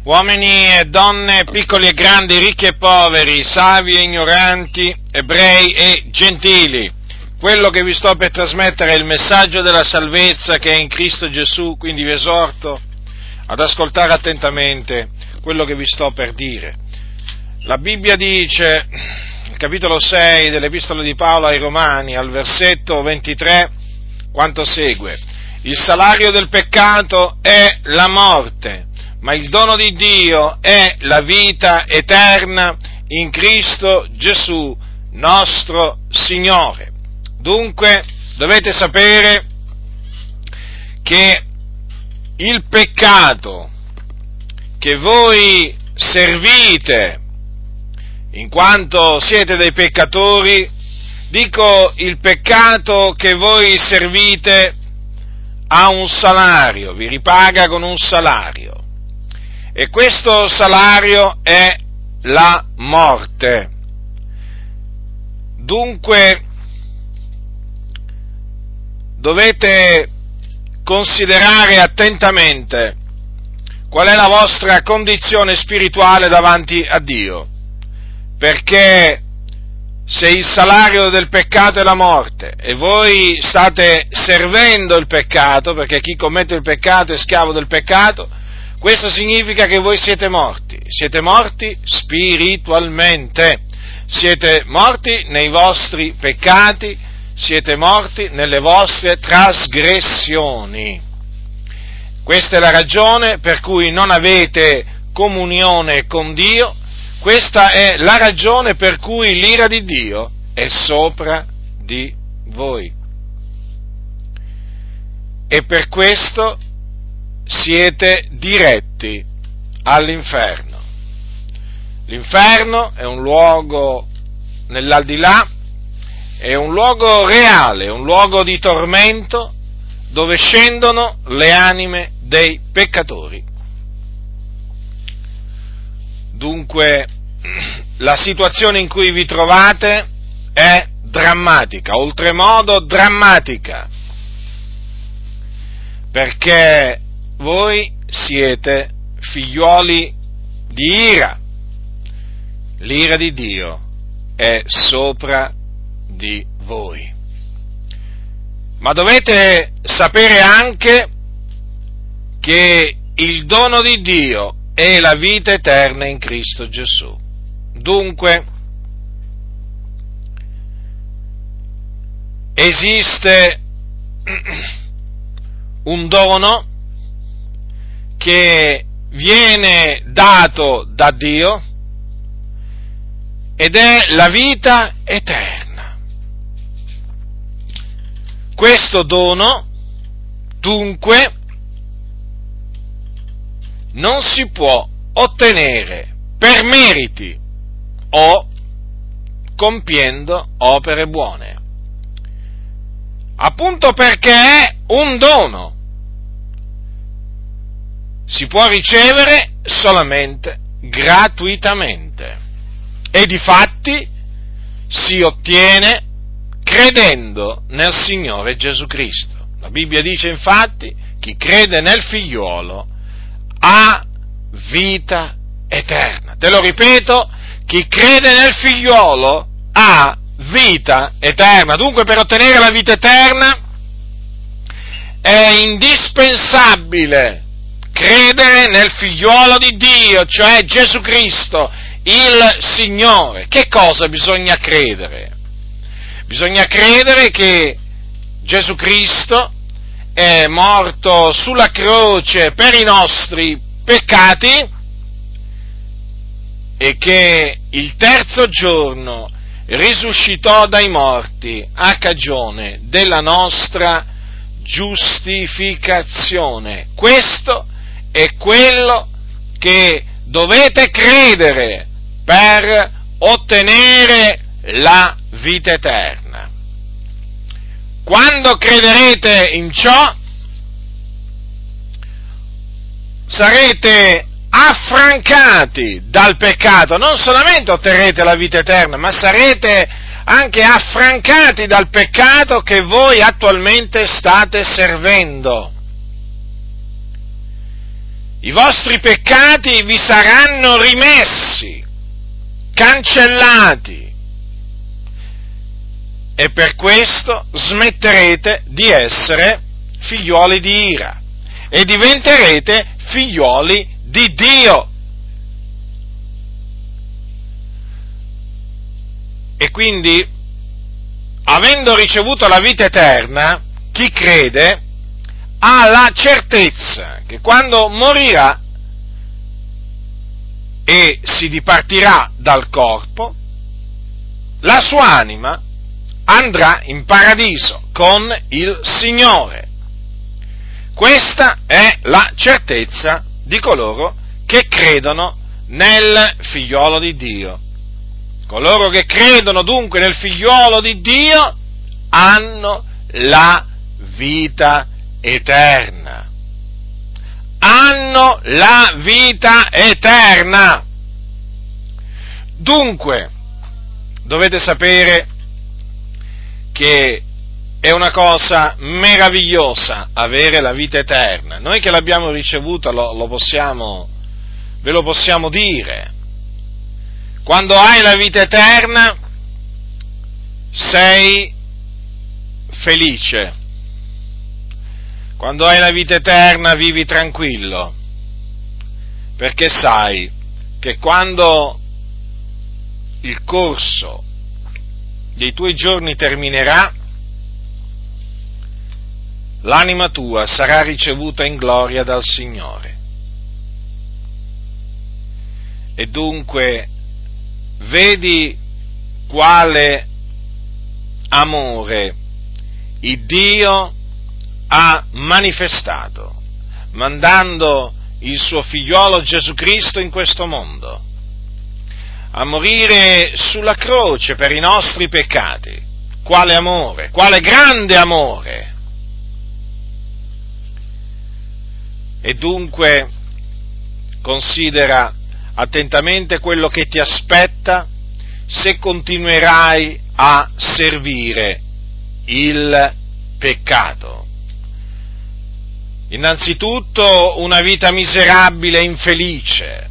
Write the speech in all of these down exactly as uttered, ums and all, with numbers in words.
uomini e donne, piccoli e grandi, ricchi e poveri, savi e ignoranti, ebrei e gentili. Quello che vi sto per trasmettere è il messaggio della salvezza che è in Cristo Gesù, quindi vi esorto ad ascoltare attentamente quello che vi sto per dire. La Bibbia dice, nel capitolo sei dell'Epistola di Paolo ai Romani, al versetto ventitré, quanto segue: il salario del peccato è la morte, ma il dono di Dio è la vita eterna in Cristo Gesù, nostro Signore. Dunque, dovete sapere che il peccato che voi servite, in quanto siete dei peccatori, dico il peccato che voi servite ha un salario, vi ripaga con un salario, e questo salario è la morte. Dunque, dovete considerare attentamente qual è la vostra condizione spirituale davanti a Dio, perché se il salario del peccato è la morte e voi state servendo il peccato, perché chi commette il peccato è schiavo del peccato, questo significa che voi siete morti, siete morti spiritualmente, siete morti nei vostri peccati, siete morti nelle vostre trasgressioni. Questa è la ragione per cui non avete comunione con Dio, questa è la ragione per cui l'ira di Dio è sopra di voi. E per questo siete diretti all'inferno. L'inferno è un luogo nell'aldilà, è un luogo reale, un luogo di tormento dove scendono le anime dei peccatori. Dunque, la situazione in cui vi trovate è drammatica, oltremodo drammatica, perché voi siete figliuoli di ira. L'ira di Dio è sopra di voi. Ma dovete sapere anche che il dono di Dio è la vita eterna in Cristo Gesù. Dunque, esiste un dono che viene dato da Dio ed è la vita eterna. Questo dono, dunque, non si può ottenere per meriti o compiendo opere buone, appunto perché è un dono. Si può ricevere solamente gratuitamente e difatti si ottiene credendo nel Signore Gesù Cristo. La Bibbia dice infatti: chi crede nel figliuolo ha vita eterna. Te lo ripeto, chi crede nel figliuolo ha vita eterna. Dunque, per ottenere la vita eterna è indispensabile credere nel figliuolo di Dio, cioè Gesù Cristo, il Signore. Che cosa bisogna credere? Bisogna credere che Gesù Cristo è morto sulla croce per i nostri peccati e che il terzo giorno risuscitò dai morti a cagione della nostra giustificazione. Questo è quello che dovete credere per ottenere la vita eterna. Quando crederete in ciò, sarete affrancati dal peccato, non solamente otterrete la vita eterna, ma sarete anche affrancati dal peccato che voi attualmente state servendo. i vostri peccati vi saranno rimessi, cancellati, e per questo smetterete di essere figliuoli di ira e diventerete figliuoli di Dio. E quindi, avendo ricevuto la vita eterna, chi crede ha la certezza che quando morirà e si dipartirà dal corpo, la sua anima andrà in paradiso con il Signore. Questa è la certezza di coloro che credono nel figliolo di Dio. Coloro che credono dunque nel figliolo di Dio hanno la vita eterna. Hanno la vita eterna. Dunque, dovete sapere che è una cosa meravigliosa avere la vita eterna. Noi che l'abbiamo ricevuta lo, lo possiamo, ve lo possiamo dire. Quando hai la vita eterna sei felice. Quando hai la vita eterna vivi tranquillo, perché sai che quando il corso dei tuoi giorni terminerà, l'anima tua sarà ricevuta in gloria dal Signore. E dunque vedi quale amore il Dio ha manifestato, mandando il suo figliolo Gesù Cristo in questo mondo, a morire sulla croce per i nostri peccati. Quale amore, quale grande amore! E dunque considera attentamente quello che ti aspetta se continuerai a servire il peccato. Innanzitutto una vita miserabile e infelice,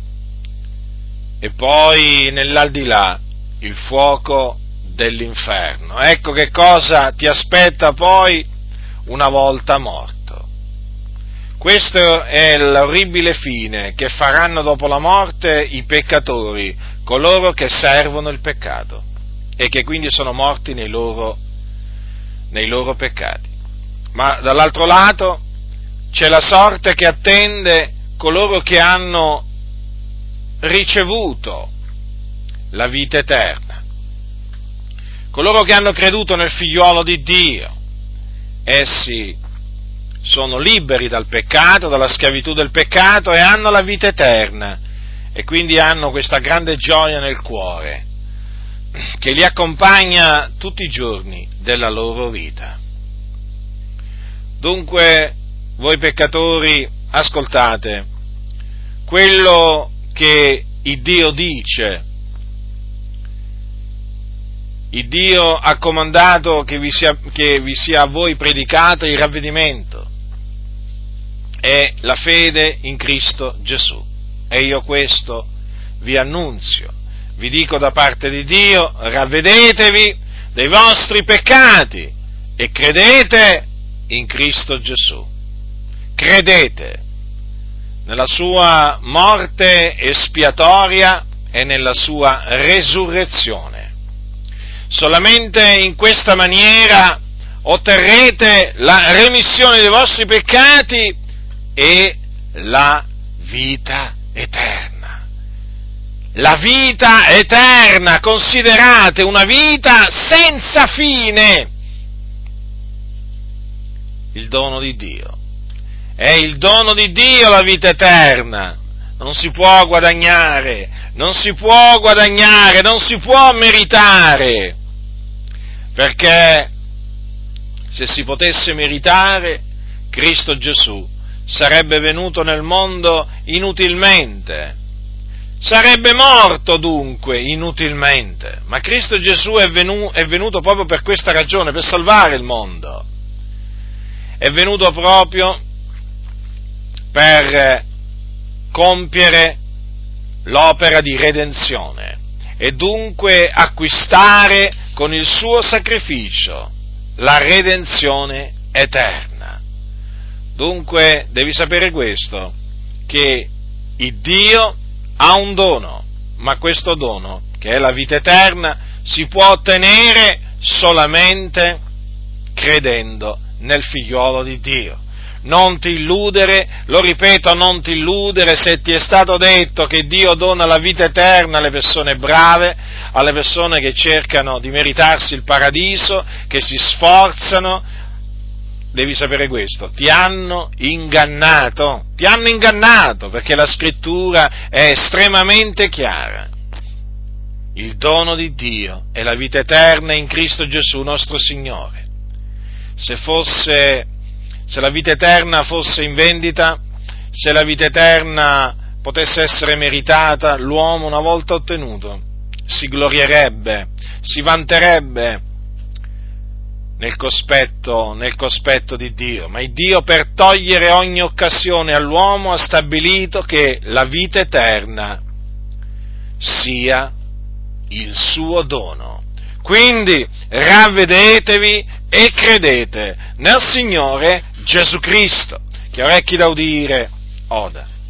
e poi nell'aldilà il fuoco dell'inferno. Ecco che cosa ti aspetta poi una volta morto. Questo è l'orribile fine che faranno dopo la morte i peccatori, coloro che servono il peccato e che quindi sono morti nei loro, nei loro peccati. Ma dall'altro lato c'è la sorte che attende coloro che hanno ricevuto la vita eterna, coloro che hanno creduto nel figliuolo di Dio. Essi sono liberi dal peccato, dalla schiavitù del peccato, e hanno la vita eterna, e quindi hanno questa grande gioia nel cuore che li accompagna tutti i giorni della loro vita. Dunque, voi peccatori, ascoltate quello che il Dio dice. Il Dio ha comandato che vi sia, che vi sia a voi predicato il ravvedimento e la fede in Cristo Gesù. E io questo vi annunzio, vi dico da parte di Dio: ravvedetevi dei vostri peccati e credete in Cristo Gesù. Credete nella sua morte espiatoria e nella sua resurrezione. Solamente in questa maniera otterrete la remissione dei vostri peccati e la vita eterna. La vita eterna, considerate, una vita senza fine. Il dono di Dio. È il dono di Dio la vita eterna. Non si può guadagnare, non si può guadagnare, non si può meritare. Perché se si potesse meritare, Cristo Gesù sarebbe venuto nel mondo inutilmente, sarebbe morto dunque inutilmente, ma Cristo Gesù è venuto, è venuto proprio per questa ragione, per salvare il mondo, è venuto proprio per compiere l'opera di redenzione e dunque acquistare con il suo sacrificio la redenzione eterna. Dunque devi sapere questo, che il Dio ha un dono, ma questo dono, che è la vita eterna, si può ottenere solamente credendo nel figliuolo di Dio. Non ti illudere, lo ripeto, non ti illudere se ti è stato detto che Dio dona la vita eterna alle persone brave, alle persone che cercano di meritarsi il paradiso, che si sforzano. Devi sapere questo, ti hanno ingannato, ti hanno ingannato, perché la scrittura è estremamente chiara. Il dono di Dio è la vita eterna in Cristo Gesù nostro Signore. Se fosse, se la vita eterna fosse in vendita, se la vita eterna potesse essere meritata, l'uomo una volta ottenuto si glorierebbe, si vanterebbe nel cospetto, nel cospetto di Dio, ma il Dio, per togliere ogni occasione all'uomo, ha stabilito che la vita eterna sia il suo dono. Quindi ravvedetevi e credete nel Signore Gesù Cristo. Chi ha orecchi da udire oda.